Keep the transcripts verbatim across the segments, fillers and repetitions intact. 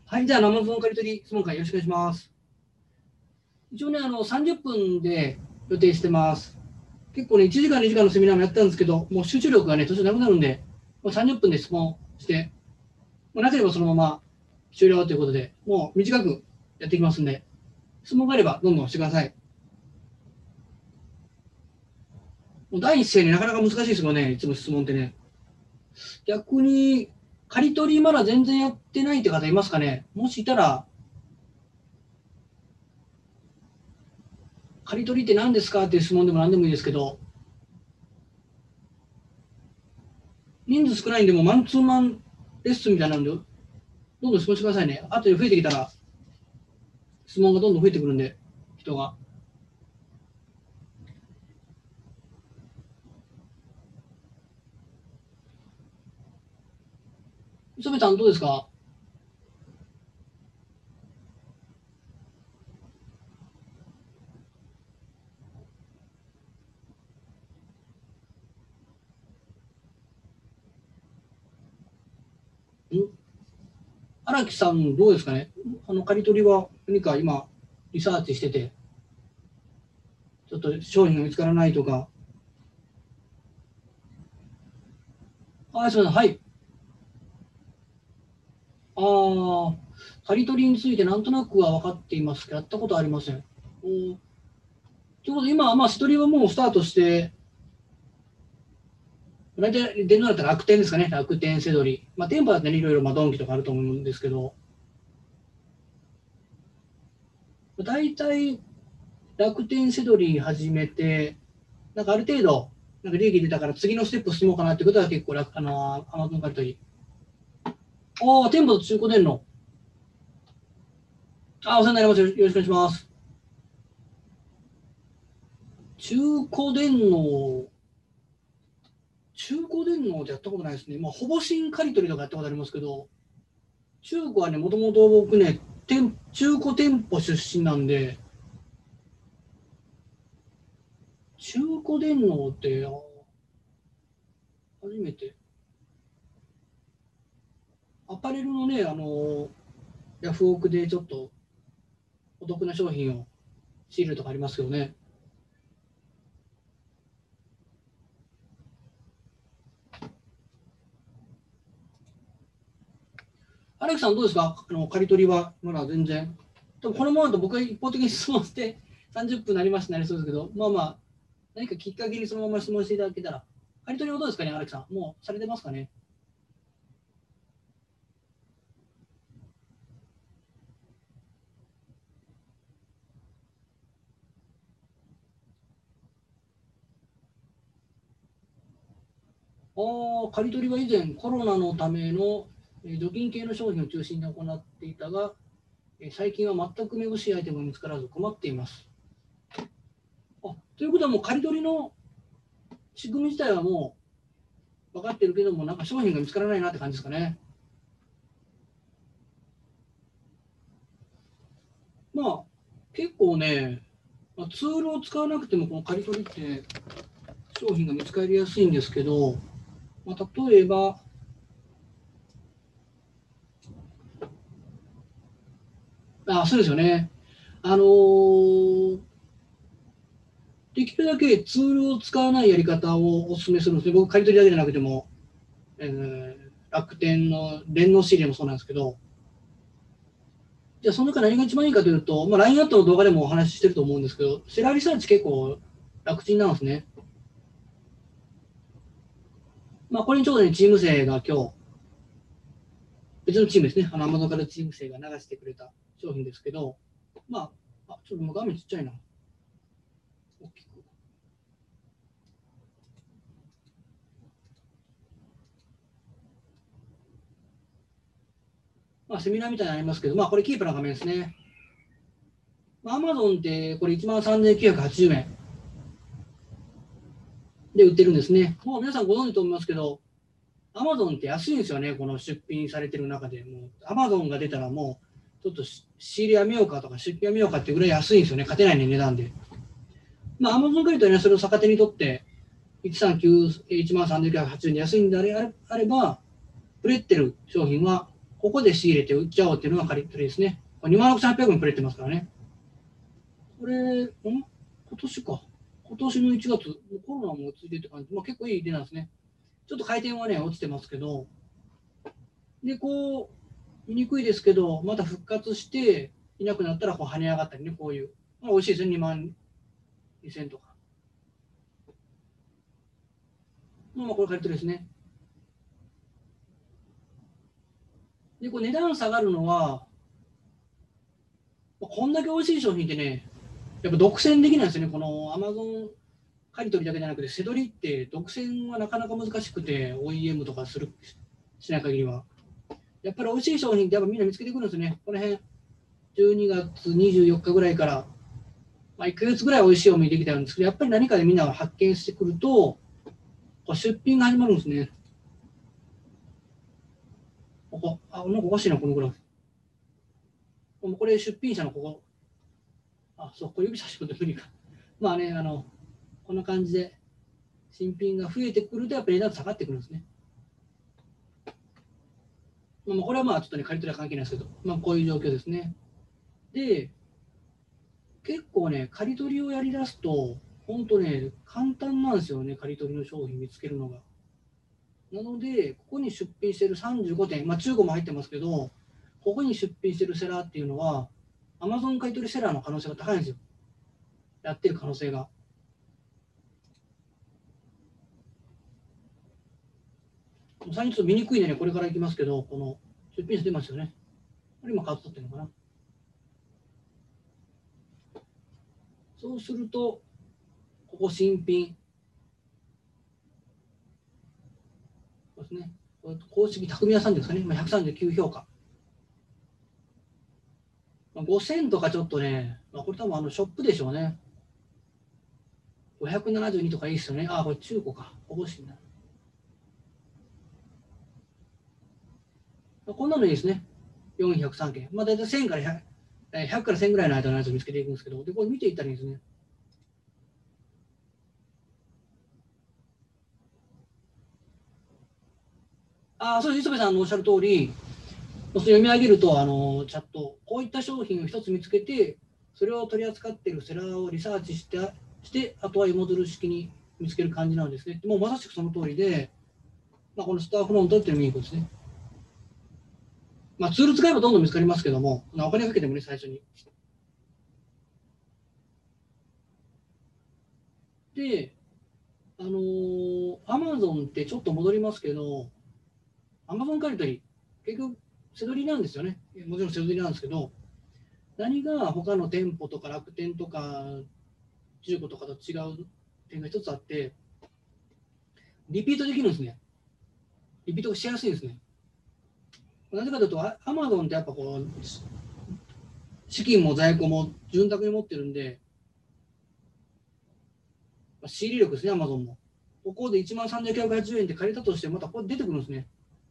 はい、じゃあ、生ゾン借り取り質問会よろしくお願いします。一応ね、あの、さんじゅっぷんで予定してます。結構ね、いちじかん、にじかんのセミナーもやったんですけど、もう集中力がね、途中なくなるんで、もうさんじゅっぷんで質問して、もうなければそのまま終了ということで、もう短くやっていきますんで、質問があればどんどんしてください。もう第一声になかなか難しいですよね、いつも質問ってね。逆に、借り取りまだ全然やってないって方いますかね。もしいたら、借り取りって何ですかっていう質問でも何でもいいですけど、人数少ないんで、もうマンツーマンレッスンみたいなんで、どんどん質問してくださいね。後で増えてきたら、質問がどんどん増えてくるんで、人が。磯部さん、どうですか？荒木さん、どうですかね？あの、借り取りは何か今、リサーチしてて、ちょっと商品が見つからないとか。あ、すみません。はい。ああ、借り取りについてなんとなくは分かっていますけど、やったことありません。おということで、今、まあ、しとりはもうスタートして、大体、電動だったら楽天ですかね。楽天、セドリ。まあ、店舗だったらいろいろ、まあ、ドンキとかあると思うんですけど、大体、楽天、セドリ始めて、なんかある程度、なんか利益出たから次のステップ進もうかなってことは結構楽、あの、アマゾン借り取り。ああ、店舗と中古電脳。ああ、お世話になります。よろしくお願いします。中古電脳、中古電脳ってやったことないですね。まあ、ほぼ新借り取りとかやったことありますけど、中古はね、もともと僕ね、店中古店舗出身なんで、中古電脳って、あ初めて、アパレルのね、あの、ヤフオクでちょっとお得な商品を仕入れるとかありますよね。荒木さんどうですか？あの、借り取りはまだ全然。多分このままだと僕が一方的に質問してさんじゅっぷんになりましたなりそうですけど、まあまあ、何かきっかけにそのまま質問していただけたら。借り取りはどうですかね、荒木さん。もうされてますかね？ああ、借り取りは以前コロナのための除菌系の商品を中心に行っていたが、最近は全くめぼしいアイテムが見つからず困っています。あ、ということはもう借り取りの仕組み自体はもう分かってるけども、なんか商品が見つからないなって感じですかね。まあ、結構ね、まあ、ツールを使わなくてもこの借り取りって商品が見つかりやすいんですけど、まあ、例えば、あ、そうですよね。あのーできるだけツールを使わないやり方をお勧めするんですね。僕、借り取りだけじゃなくても、えー楽天の電脳仕入れもそうなんですけど、じゃあその中何が一番いいかというと、まあ、ライン アットの動画でもお話ししてると思うんですけど、セラーリサーチ結構楽ちんなんですね。まあ、これにちょうどね、チーム生が今日、別のチームですね、あの、アマゾンからチーム生が流してくれた商品ですけど、まあ、あちょっともう画面ちっちゃいな。大きく。まあ、セミナーみたいなのありますけど、まあ、これキープな画面ですね。まあ、アマゾンってこれいちまんさんぜんきゅうひゃくはちじゅうえんで売ってるんですね。もう皆さんご存知と思いますけど、アマゾンって安いんですよね、この出品されてる中で。もうアマゾンが出たらもう、ちょっと仕入れやめようかとか出品やめようかっていうぐらい安いんですよね、勝てないね、値段で。まあ、アマゾンクリエイトはね、それを逆手にとって、いちさんきゅう、いちまんさんぜんきゅうひゃくはちじゅうえんで安いんであれあれば、プレッテル商品はここで仕入れて売っちゃおうっていうのが借り取りですね。にまんろくせんはっぴゃくえんくれてますからね。これ、ん今年か。今年のいちがつ、コロナも落ち着いてって感じ、まあ、結構いい出なんですね。ちょっと回転はね、落ちてますけど、で、こう、見にくいですけど、また復活して、いなくなったらこう跳ね上がったりね、こういう。まあ、美味しいですね、にまんにせんとか。まあ、これ借り取りですね。で、こう値段下がるのは、こんだけ美味しい商品ってね、やっぱ独占できないですよね。このアマゾン借り取りだけじゃなくて、せどりって独占はなかなか難しくて、オーイーエム とかするしない限りは。やっぱり美味しい商品ってやっぱみんな見つけてくるんですね。この辺、じゅうにがつにじゅうよっかぐらいから、まあ、いっかげつぐらい美味しいお店できてるんですけど、やっぱり何かでみんなが発見してくると、こう出品が始まるんですね。ここ、あ、なんかおかしいな、このグラフ。これ出品者のここ。あ、そう、これ指差し込んで無理か。まあね、あの、こんな感じで、新品が増えてくると、やっぱり値段下がってくるんですね。まあ、これはまあちょっとね、借り取りは関係ないですけど、まあこういう状況ですね。で、結構ね、借り取りをやりだすと、本当ね、簡単なんですよね、借り取りの商品見つけるのが。なので、ここに出品しているさんじゅうごてん、まあ中古も入ってますけど、ここに出品しているセラーっていうのは、Amazon 買い取りセラーの可能性が高いんですよ。やってる可能性が。最近ちょっと見にくいんでね、これからいきますけど、この出品者出ますよね。これ今カード取ってるのかな。そうすると、ここ新品。そうですね。公式匠屋さんですかね。ひゃくさんじゅうきゅう評価。ごせんとかちょっとね、これ多分あのショップでしょうね。ごひゃくななじゅうにとかいいですよね。あ、これ中古か。欲しいな。こんなのいいですね。よんひゃくさんけん。まあ大体せんからひゃく、ひゃくからせんぐらいの間のやつを見つけていくんですけど、で、これ見ていったらいいんですね。あ、そうです。磯部さんのおっしゃる通り、読み上げると、あのチャット、こういった商品を一つ見つけて、それを取り扱っているセラーをリサーチして、してあとは芋づる式に見つける感じなんですね。もうまさしくその通りで、まあ、このスターフロントっていうのもいいことですね。まあ、ツール使えばどんどん見つかりますけども、お金かけてもね、最初に。で、あのー、アマゾンってちょっと戻りますけど、アマゾン借り取り、結局、背取りなんですよね。もちろん背取りなんですけど、何が他の店舗とか楽天とか中古とかと違う点が一つあって、リピートできるんですね。リピートがしやすいんですね。なぜかというと、アマゾンってやっぱこう、資金も在庫も潤沢に持ってるんで、仕入れ力ですね、アマゾンも。ここでいちまんさんぜんきゅうひゃくはちじゅうえんって借りたとして、またここで出てくるんですね。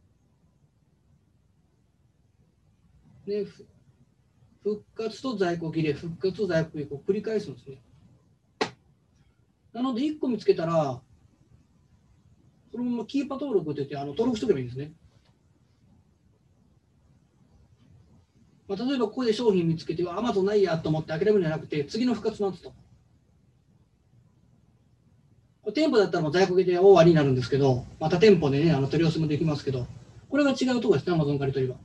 で、復活と在庫切れ、復活と在庫切れを繰り返すんですね。なので、いっこ見つけたら、そのままキーパー登録って言ってあの登録しておけばいいんですね。まあ、例えばここで商品見つけて、アマゾンないやと思って諦めるんじゃなくて、次の復活なんですと。店舗だったらもう在庫切れ終わりになるんですけど、また店舗でね、あの取り寄せもできますけど、これが違うところですね、アマゾン借り取りは。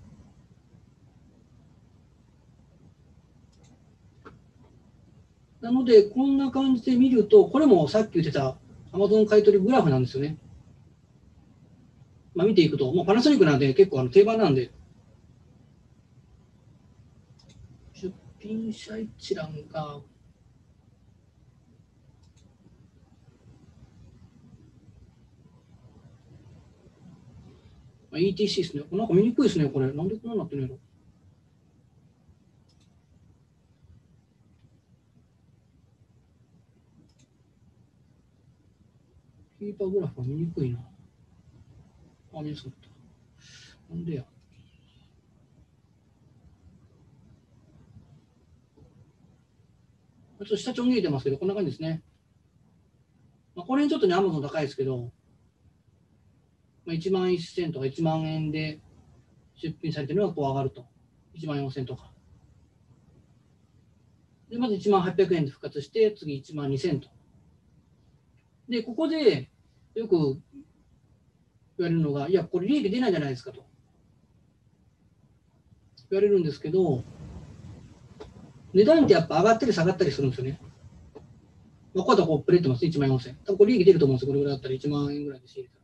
なので、こんな感じで見ると、これもさっき言ってた Amazon 買い取りグラフなんですよね。まあ、見ていくと、もうパナソニックなんで結構あの定番なんで、出品者一覧が、まあ、イーティーシー ですね。なんか見にくいですね、これ。なんでこんなになってるのやろ。キーパーグラフが見にくいな。あ、見やすかった。なんでや。ちょっと下ちょん切れてますけど、こんな感じですね。まあ、これちょっとね、Amazon 高いですけど、まあ、いちまんせんとかいちまんえんで出品されているのがこう上がると。いちまんよんせんとか。で、まずいちまんはっぴゃくえんで復活して、次いちまんにせんと。で、ここでよく言われるのが、いや、これ利益出ないじゃないですかと言われるんですけど、値段ってやっぱ上がったり下がったりするんですよね。まあ、こうやってこうプレーってますね、いちまんよんせん。多分これ利益出ると思うんですよ、これぐらいだったらいちまんえんぐらいで仕入れたら。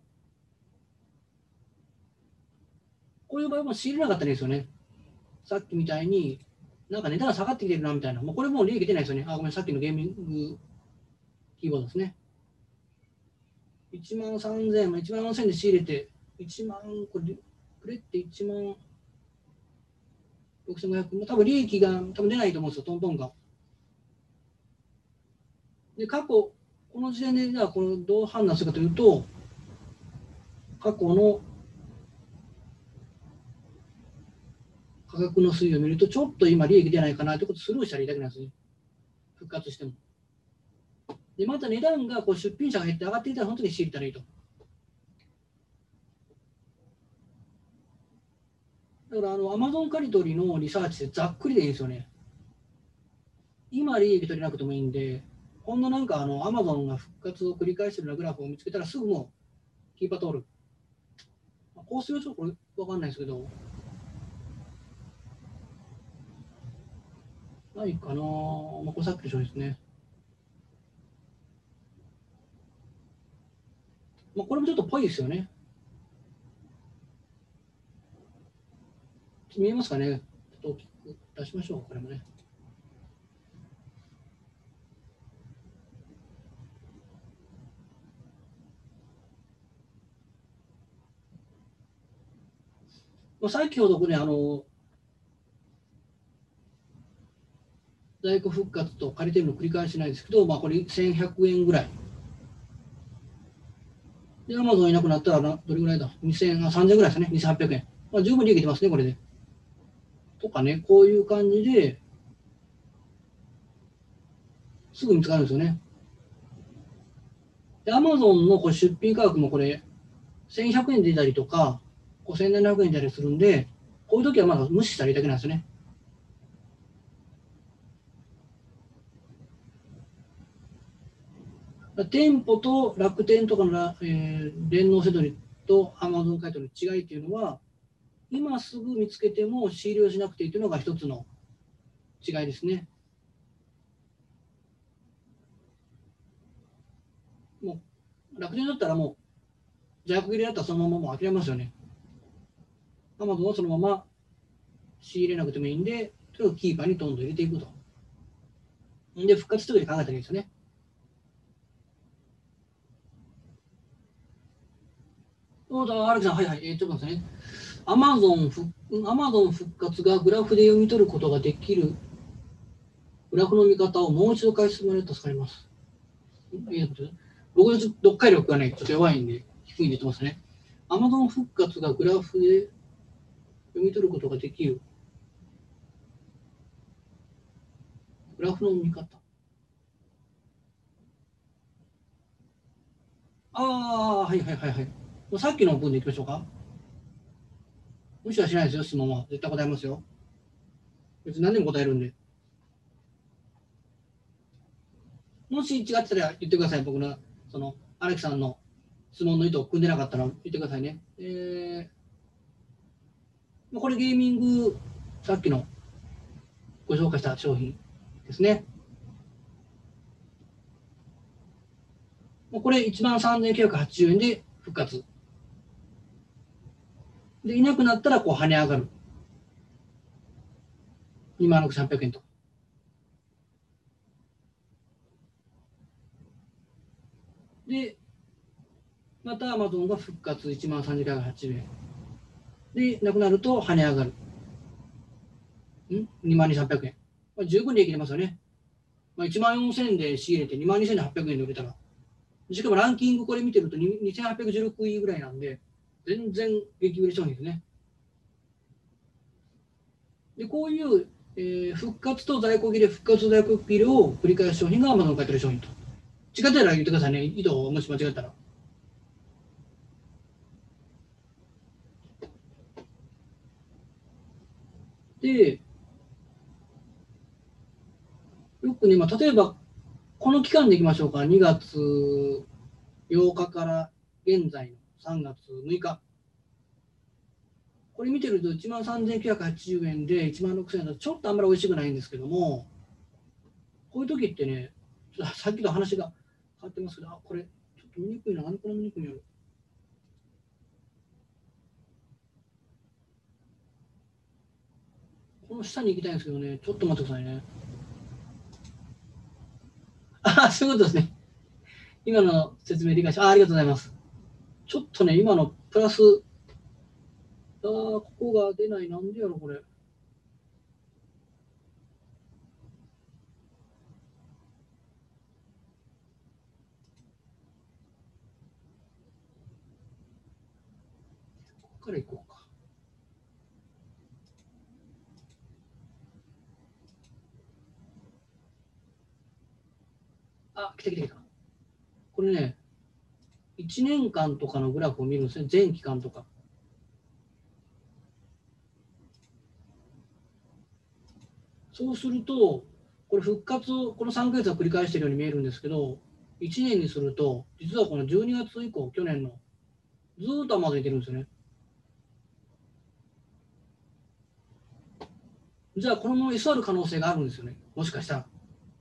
こういう場合も仕入れなかったらいいですよね。さっきみたいに、なんか値段が下がってきてるなみたいな。もうこれもう利益出ないですよね。あ、ごめん、さっきのゲーミングキーボードですね。いちまんさんぜんえん、いちまんよんせんで仕入れて、いちまん、これ、これっていちまんろくせんごひゃく、多分利益が多分出ないと思うんですよ、トントンが。で、過去、この時点で、じゃあ、このどう判断するかというと、過去の価格の推移を見ると、ちょっと今利益出ないかなということをスルーしたらいいだけなんですね。復活しても。で、また値段がこう出品者が減って上がっていたら、その時に仕入れたらいいと。だから、あの、アマゾン借り取りのリサーチってざっくりでいいんですよね。今利益取れなくてもいいんで、ほんのなんかあの、アマゾンが復活を繰り返してるようなグラフを見つけたらすぐもうキーパー通る。こうするとこれわかんないですけど、ないかな、まあ、これさっきの商品ですね。まあ、これもちょっとぽいですよね。見えますかね。ちょっと大きく出しましょう、これもね。まあ、先ほどこれ、あの、在庫復活と借りてるの繰り返しないですけど、まあ、これせんひゃくえんぐらい。で、アマゾンいなくなったらどれぐらいだ ?にせん、あ、さんぜんえんぐらいですね。にせんはっぴゃくえん。まあ、十分利益出ますね、これで。とかね、こういう感じですぐ見つかるんですよね。で、アマゾンのこう出品価格もこれ、せんひゃくえんで出たりとか、せんななひゃくえんで出たりするんで、こういう時はまだ無視したらいいだけなんですよね。店舗と楽天とかの、えー、連納セドリとアマゾン買い取りの違いっていうのは、今すぐ見つけても仕入れをしなくていいというのが一つの違いですね。もう楽天だったらもう、在庫切れだったらそのままもう諦めますよね。アマゾンはそのまま仕入れなくてもいいんで、それをキーパーにどんどん入れていくと。で、復活というふうに考えたらいいですよね。そうだ、荒木さん、はいはい、えー、ちょっと待ってね。アマゾン復アマゾン復活がグラフで読み取ることができるグラフの見方をもう一度解説もらえると助かります。いい僕の読解力がね、ちょっと弱いんで、低いんで言ってますね。アマゾン復活がグラフで読み取ることができるグラフの見方。ああ、はいはいはいはい。さっきの分でいきましょうか。無視はしないですよ、質問は。絶対答えますよ。別に何でも答えるんで。もし違ってたら言ってください。僕の、その、荒木さんの質問の意図を組んでなかったら言ってくださいね。えー、これゲーミング、さっきのご紹介した商品ですね。これいちまんさんぜんきゅうひゃくはちじゅうえんで復活。で、いなくなったらこう跳ね上がる。にまんろくせんはっぴゃくえんと。で、また Amazon が復活いちまんさんぜんきゅうひゃくはちじゅうえん。で、なくなると跳ね上がる。ん ?にまんにせんはっぴゃくえん。まあ、十分利益出ますよね。まあ、いちまんよんせんで仕入れてにまんにせんはっぴゃくえんで売れたら。しかもランキングこれ見てるとにせんはっぴゃくじゅうろくいぐらいなんで、全然激売れ商品ですね。で、こういう、えー復活と在庫切れ、復活と在庫切れを繰り返す商品が Amazon の買い取り商品と。違ったら言ってくださいね。意図をもし間違ったら。 で、よくね、まあ、例えば、この期間でいきましょうか、にがつようかから現在のさんがつむいか。これ見てるといちまんさんぜんきゅうひゃくはちじゅうえんでいちまんろくせんえんだとちょっとあんまり美味しくないんですけども、こういう時ってね、さっきと話が変わってますけど、あ、これ、ちょっと見にくいな、何これ見にくいんやろ。この下に行きたいんですけどね、ちょっと待ってくださいね。あ、そういうことですね。今の説明理解しあ、ありがとうございます。ちょっとね、今のプラス、あここが出ない、なんでやろ、これ。ここから行こうか。あ、来た来た来た。これね、いちねんかんとかのグラフを見るんですね、全期間とか。そうすると、これ復活をこのさんかげつは繰り返しているように見えるんですけど、いちねんにすると、実はこのじゅうにがつ以降、去年の、ずーっと甘が出てるんですよね。じゃあ、このまま居座る可能性があるんですよね、もしかしたら。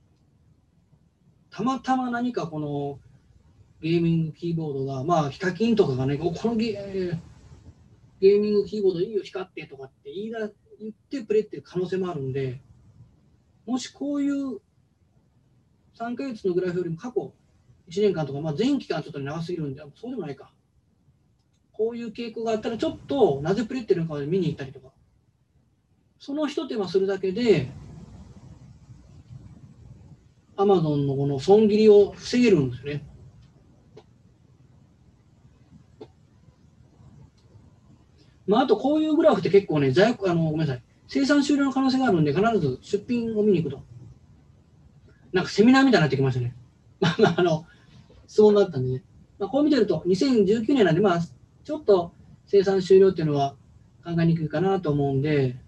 たまたま何かこのゲーミングキーボードが、まあ、ヒカキンとかがね、このゲゲーミングキーボードいいよ、光ってとかって言いだ言ってプレっていう可能性もあるんで、もしこういうさんかげつのグラフよりも過去いちねんかんとか、まあ、全期間ちょっと長すぎるんで、そうでもないか。こういう傾向があったら、ちょっとなぜプレってるのかで見に行ったりとか、その一手間するだけで、アマゾンのこの損切りを防げるんですよね。まあ、あとこういうグラフって結構ね、在庫あのごめんなさい、生産終了の可能性があるんで、必ず出品を見に行くと。なんかセミナーみたいになってきましたね。まあまあ、あの、質問があったんでね。まあ、こう見てると、にせんじゅうきゅうねんなんで、まあ、ちょっと生産終了っていうのは考えにくいかなと思うんで、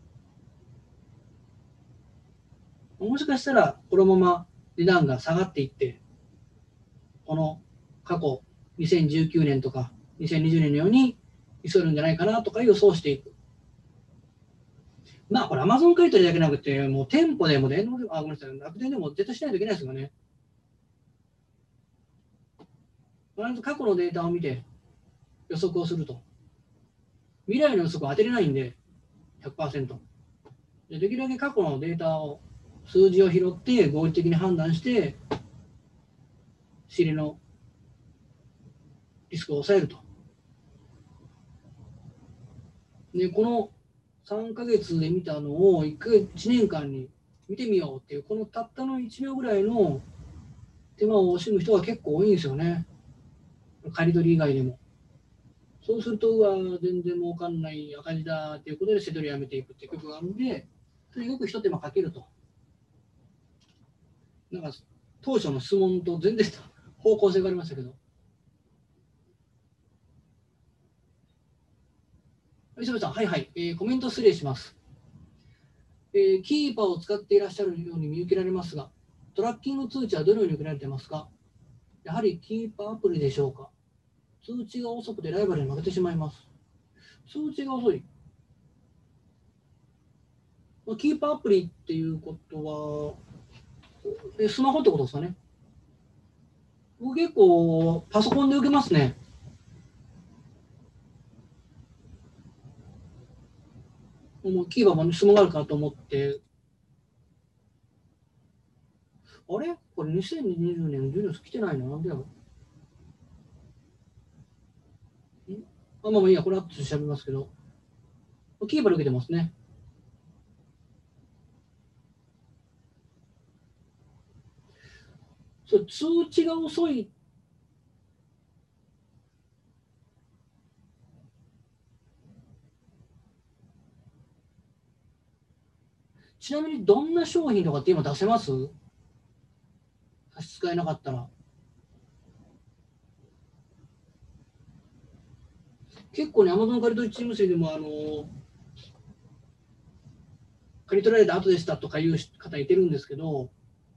もしかしたらこのまま値段が下がっていって、この過去にせんじゅうきゅうねんとかにせんにじゅうねんのように急るんじゃないかなとか予想していく。まあこれアマゾン買い取りだけなくて、もう店舗でも電脳でも、あ、ごめんなさい、楽天でも絶対しないといけないですよね。必ず過去のデータを見て予測をすると。未来の予測を当てれないんで、ひゃくパーセント。でできるだけ過去のデータを、数字を拾って合理的に判断して、仕入れのリスクを抑えると。で、このさんかげつで見たのをいっかげつ、いちねんかんに見てみようっていう、このたったのいちびょうぐらいの手間を惜しむ人が結構多いんですよね。仮取り以外でも。そうすると、うわ、全然儲かんない赤字だっていうことで、せどりやめていくっていう曲があるんで、とにかく一手間かけると。なんか、当初の質問と全然方向性がありましたけど。磯部さん、はいはい、えーコメント失礼します。えーキーパーを使っていらっしゃるように見受けられますが、トラッキング通知はどのように受けられていますか？やはりキーパーアプリでしょうか？通知が遅くてライバルに負けてしまいます。通知が遅い。キーパーアプリっていうことは、えスマホってことですかね。僕結構パソコンで受けますね。もうキーパーも質問があるかと思って、あれこれにせんにじゅうねんじゅうにがつ来てないな。なんでやろんあ、まあまあいいや、これ後で調べますけど、キーパーで受けてますね。それ通知が遅い。ちなみにどんな商品とかって今出せます？差し支えなかったら。結構ね、Amazon カリトリチーム生でも、あの、 刈り取られた後でしたとかいう方いてるんですけど、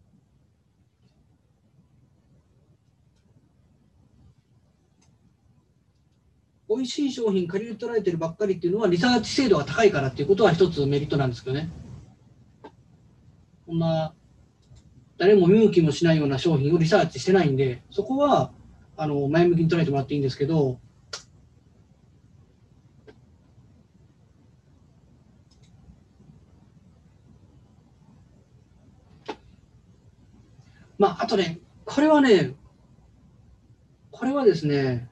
美味しい商品借り取られてるばっかりっていうのはリサーチ精度が高いからっていうことは一つメリットなんですけどね。こんな誰も見向きもしないような商品をリサーチしてないんで、そこはあの前向きに捉えてもらっていいんですけど、まあ、あとね、これはね、これはですね、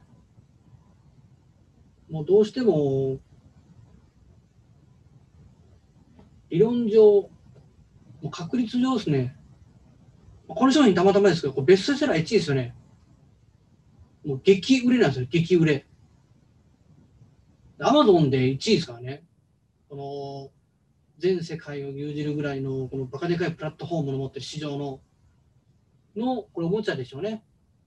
もうどうしても理論上、もう確率上ですね、この商品たまたまですけど、これベストセラーいちいですよね。もう激売れなんですよ、激売れ。アマゾンでいちいですからね。この全世界を牛耳るぐらいのこのバカでかいプラットフォームの持ってる市場ののこれおもちゃでしょうね。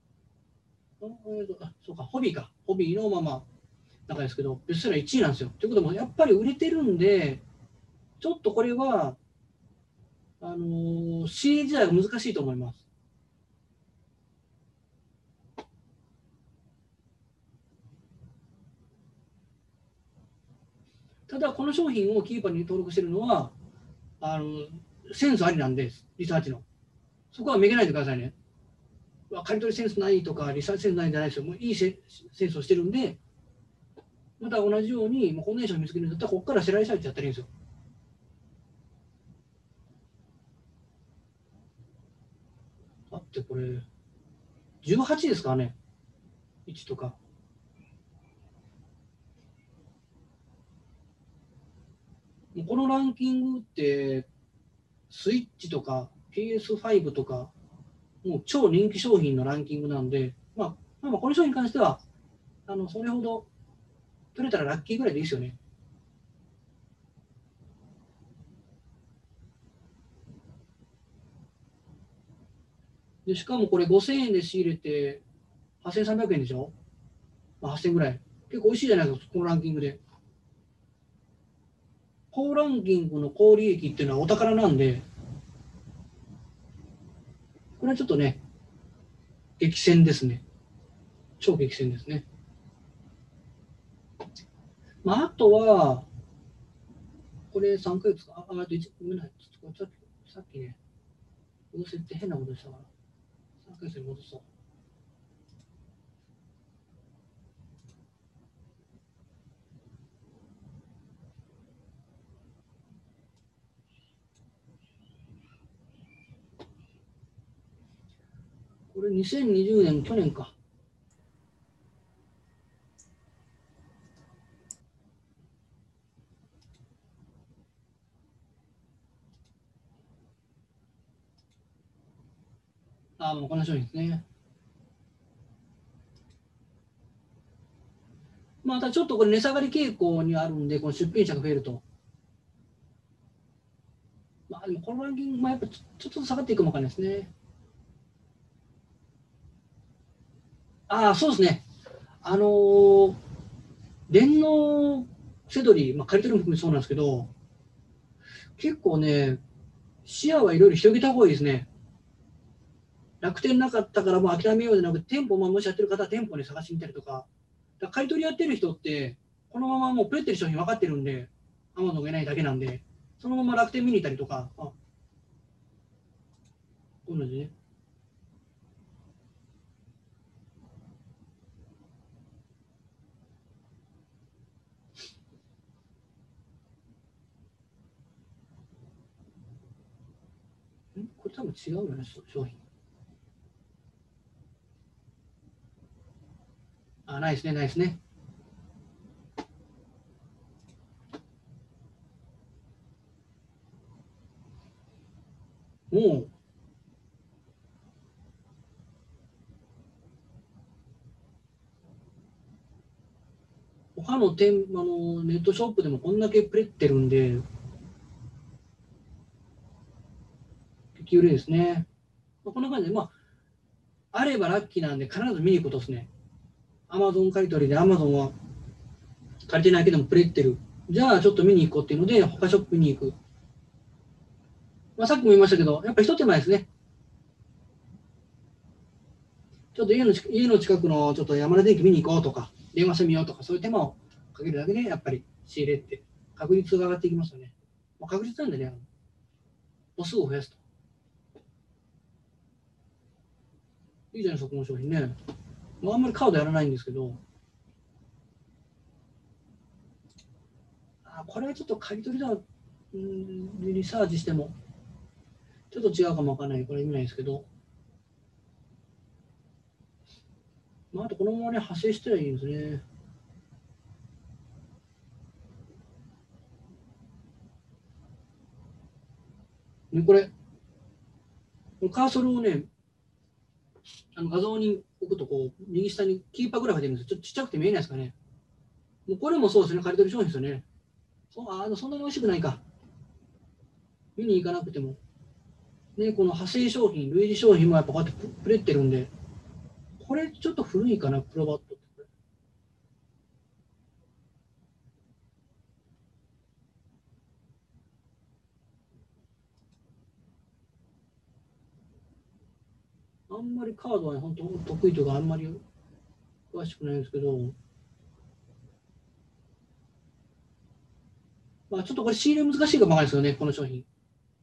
あ、そうか、ホビーか。ホビーのまま中ですけど、ベストセラーいちいなんですよ。ということもやっぱり売れてるんで、ちょっとこれはあのー、仕入れ自体が難しいと思います。ただ、この商品をキーパーに登録しているのは、あのセンスありなんです、リサーチの。そこはめげないでくださいね。刈り取りセンスないとか、リサーチセンスないんじゃないですよ。もういいセンスをしてるんで、また同じように、もうこんな商品見つけるんだったら、ここから世代サーチやったらいいんですよ。だってこれ、じゅうはちですからね、いちとか。もうこのランキングって、スイッチとか ピーエスファイブ とか、もう超人気商品のランキングなんで、まあ、まあ、この商品に関しては、あのそれほど取れたらラッキーぐらいでいいですよね。でしかもこれごせんえんで仕入れてはっせんさんびゃくえんでしょ、まあ、はっせんえんぐらい。結構美味しいじゃないですか、このランキングで。高ランキングの高利益っていうのはお宝なんで、これはちょっとね、激戦ですね。超激戦ですね。まあ、あとは、これさんかげつか、あ、あといち、ごめんなさい。ちょっとさっき、さっきね、戻せって変なことしたから、さんかげつに戻そう。これにせんにじゅうねん、去年か。あ、もうこんな商品ですね。またちょっとこれ値下がり傾向にあるんで、この出品者が増えると。まあ、でもこのランキング、まあ、やっぱちょちょっと下がっていくかもわかんないですね。ああ、そうですね。あのー、電脳セドリ、まあ、借り取りも含めそうなんですけど、結構ね、視野はいろいろ広げた方がいいですね。楽天なかったからもう諦めようじゃなくて、店舗、まあ、もしやってる方は店舗に探してみたりとか、だから買い取りやってる人って、このままもうプレってる商品分かってるんで、アマゾンがいないだけなんで、そのまま楽天見に行ったりとか、あ、こういうのでね。んこれ多分違うよね、商品。あ、ないですね、ないですね。もう、他の店あのネットショップでもこんだけプレってるんで、激売れですね。まあ、こんな感じで、まあ、あればラッキーなんで、必ず見に行くことですね。アマゾン買い取りで、アマゾンは借りてないけどもプレってる。じゃあ、ちょっと見に行こうっていうので、他ショップに行く。 まあ、さっきも言いましたけど、やっぱり一手間ですね。ちょっと家の家の近くのちょっと山田電機見に行こうとか、電話してみようとか、そういう手間をかけるだけで、やっぱり仕入れって確率が上がっていきますよね。まあ、確率なんでね、母数を増やすと。いいじゃないですか、この商品ね。まあ、あんまりカードやらないんですけど、あこれはちょっと刈り取りだ、うん、リサーチしても、ちょっと違うかもわからない、これ見ないですけど、まあ、あとこのままね、派生してはいいんですね。ね、これ、カーソルをね、あの画像に置くとこう、右下にキーパグラフが出るんですよ。ちょっとちっちゃくて見えないですかね。もうこれもそうですね、刈り取り商品ですよね。そあそんなに美味しくないか。見に行かなくても。ね、この派生商品、類似商品もやっぱこうやってプレってるんで、これちょっと古いかな、プロバットって。あんまりカードは、ね、本当得意というか、あんまり詳しくないんですけど、まあ、ちょっとこれ仕入れ難しいかもわかんないですよね、この商品。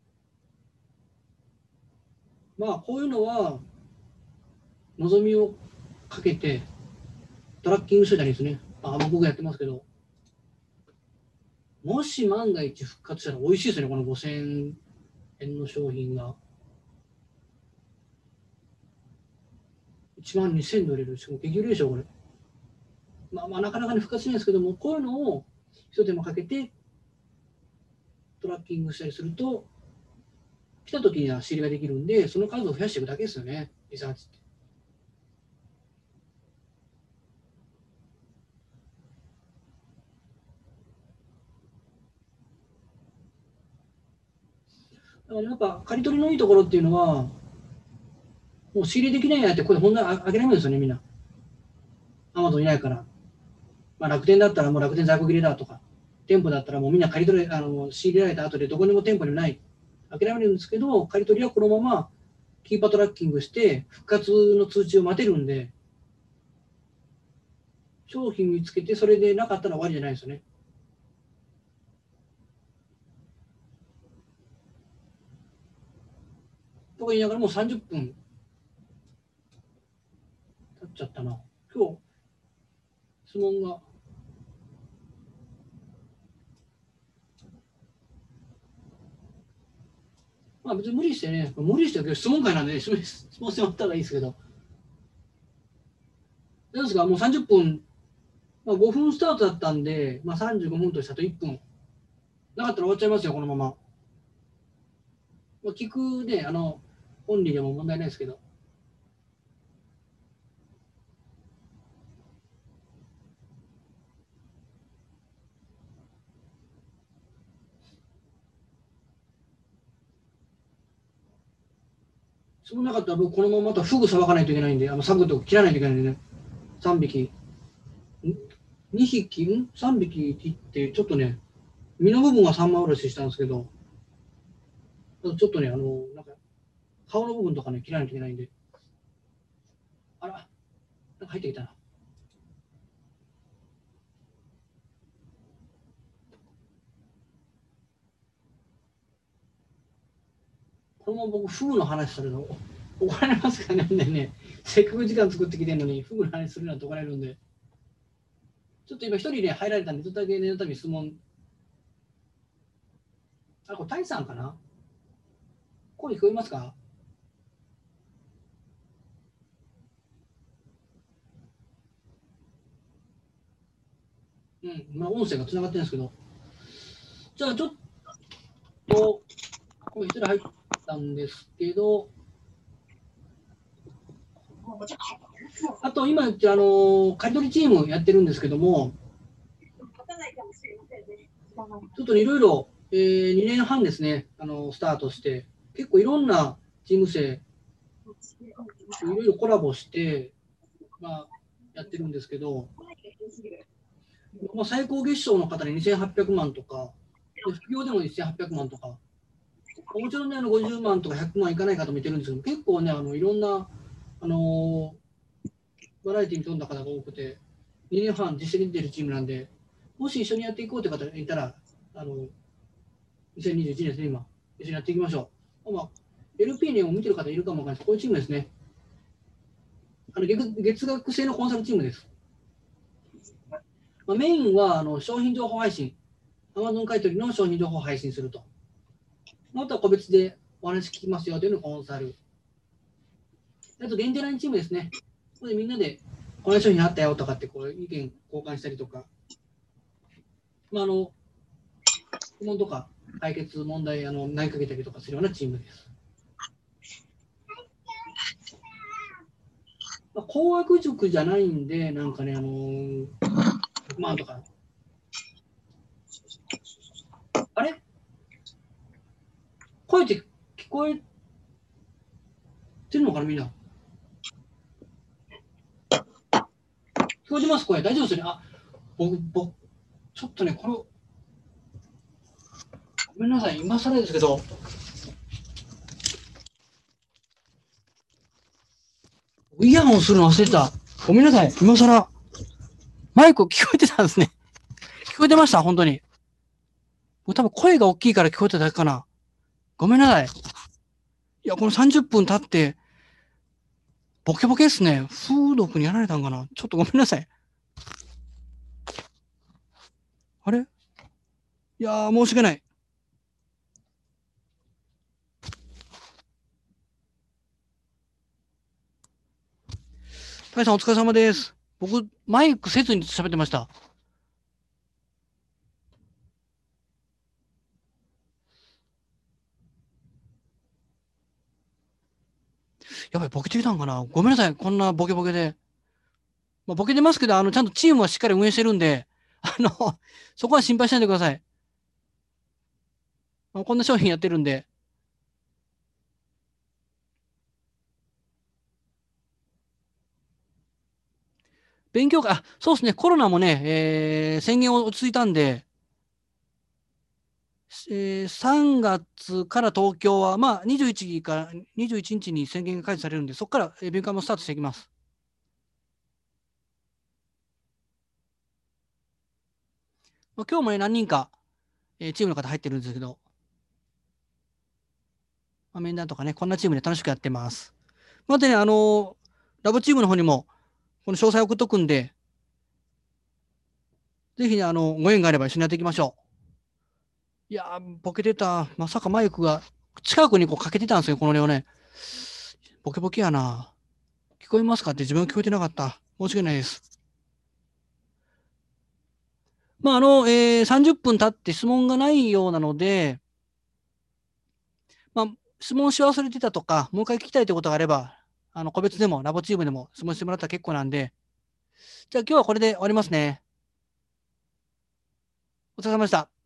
まあ、こういうのは、望みをかけて、トラッキングしてたりですね。あ僕がやってますけど、もし万が一復活したら美味しいですよね、このごせんえんの商品が。いちまんにせんで売れる。しかも激売れでしょ、これ。まあまあ、なかなかに復活しないですけども、こういうのを一手間かけてトラッキングしたりすると、来た時には仕入れができるんで、その数を増やしていくだけですよね、リサーチって。だからやっぱ、刈り取りのいいところっていうのは、もう仕入れできないやって、これ、ほんな諦めるんですよね、みんな。アマゾンいないから。まあ、楽天だったらもう楽天在庫切れだとか、店舗だったらもうみんな刈り取れ、あの仕入れられた後でどこにも店舗にない。諦めるんですけど、刈り取りはこのままキーパートラッキングして復活の通知を待てるんで、商品見つけてそれでなかったら終わりじゃないですよね。とか言いながらもうさんじゅっぷん経っちゃったな。今日、質問が。まあ別に無理してね、無理してるけど質問会なんで、ね、質問してもらったらいいですけど。なんですか、もうさんじゅっぷん、まあ、ごふんスタートだったんで、まあ、さんじゅうごふんとしたといっぷん。なかったら終わっちゃいますよ、このまま。まあ、聞くね、あの、本人でも問題ないですけど。そうなかったら僕このまままたフグさばかないといけないんで、あのサグと切らないといけないんでね。さんびき。にひき、ん ?さん 匹切って、ちょっとね、身の部分はさんまんおろししたんですけど、ちょっとね、あの、なんか、顔の部分とかね、切らないといけないんで。あら、なんか入ってきたな。このまま僕、フグの話するの怒られますかね、ね、せっかく時間作ってきてるのに、フグの話するなんて怒られるんで。ちょっと今一人で入られたんで、ちょっとだけ念のために質問。あ、これ、タイさんかな声聞こえますか？うん、まあ、音声がつながってるんですけど。じゃあ、ちょっと、これ一人入ったんですけど、あと今、あの、刈り取りチームやってるんですけども、ちょっといろいろ、えー、にねんはんですね、あの、スタートして、結構いろんなチーム生、いろいろコラボして、まあ、やってるんですけど、まあ、最高月賞の方ににせんはっぴゃくまんとか、で副業でもせんはっぴゃくまんとか、 もちろんね、あのごじゅうまんとかひゃくまんいかない方もいてるんですけど、結構ね、あのいろんな、あのバラエティーに富んだ方が多くて、にねんはん実績に出てるチームなんで、もし一緒にやっていこうという方がいたら、あのにせんにじゅういちねんですね、今、一緒にやっていきましょう。まあ、エルピー ね、見てる方いるかもわからないです。こういうチームですね。あの月月額制のコンサルチームです。まあ、メインはあの商品情報配信、Amazon 買取の商品情報を配信すると。あとは個別でお話聞きますよというのをコンサル。あと限定ラインチームですね。ここでみんなでこの商品あったよとかってこう意見交換したりとか、まあ、あの質問とか解決問題あの投げかけたりとかするようなチームです。まあ、高額塾じゃないんで、なんかね、あのー、ひゃくまんとか。あれ声って聞こえてるのかな、みんな。聞こえてます声。大丈夫ですよね。あ、僕、僕、ちょっとね、これ、ごめんなさい、今更ですけど、イヤホンするの忘れてた。ごめんなさい、今更。マイク聞こえてたんですね。聞こえてました本当に。もう多分声が大きいから聞こえてただけかな。ごめんなさい。いや、このさんじゅっぷん経って、ボケボケっすね。風毒にやられたんかな。ちょっとごめんなさい。あれいやー、申し訳ない。タイさんお疲れ様です。僕、マイクせずに喋ってました。やばい、ボケてきたんかな。ごめんなさい。こんなボケボケで。まあ、ボケてますけど、あの、ちゃんとチームはしっかり運営してるんで、あの、そこは心配しないでください。こんな商品やってるんで。勉強会、あ、そうですね。コロナもね、えー宣言落ち着いたんで、えーさんがつから東京は、まあ、にじゅういちからにじゅういちにちに宣言が解除されるんで、そこからえー勉強会もスタートしていきます。まあ、今日もね、何人か、えーチームの方入ってるんですけど、まあ、面談とかね、こんなチームで楽しくやってます。またね、あのーラボチームの方にも、この詳細送っとくんで、ぜひね、あの、ご縁があれば一緒にやっていきましょう。いやー、ボケてた。まさかマイクが近くにこうかけてたんですよ、このねをね。ボケボケやな。聞こえますかって自分聞こえてなかった。申し訳ないです。まあ、あの、えー、さんじゅっぷん経って質問がないようなので、まあ、質問し忘れてたとか、もう一回聞きたいということがあれば、あの、個別でもラボチームでも質問してもらったら結構なんで、じゃあ今日はこれで終わりますね。お疲れ様でした。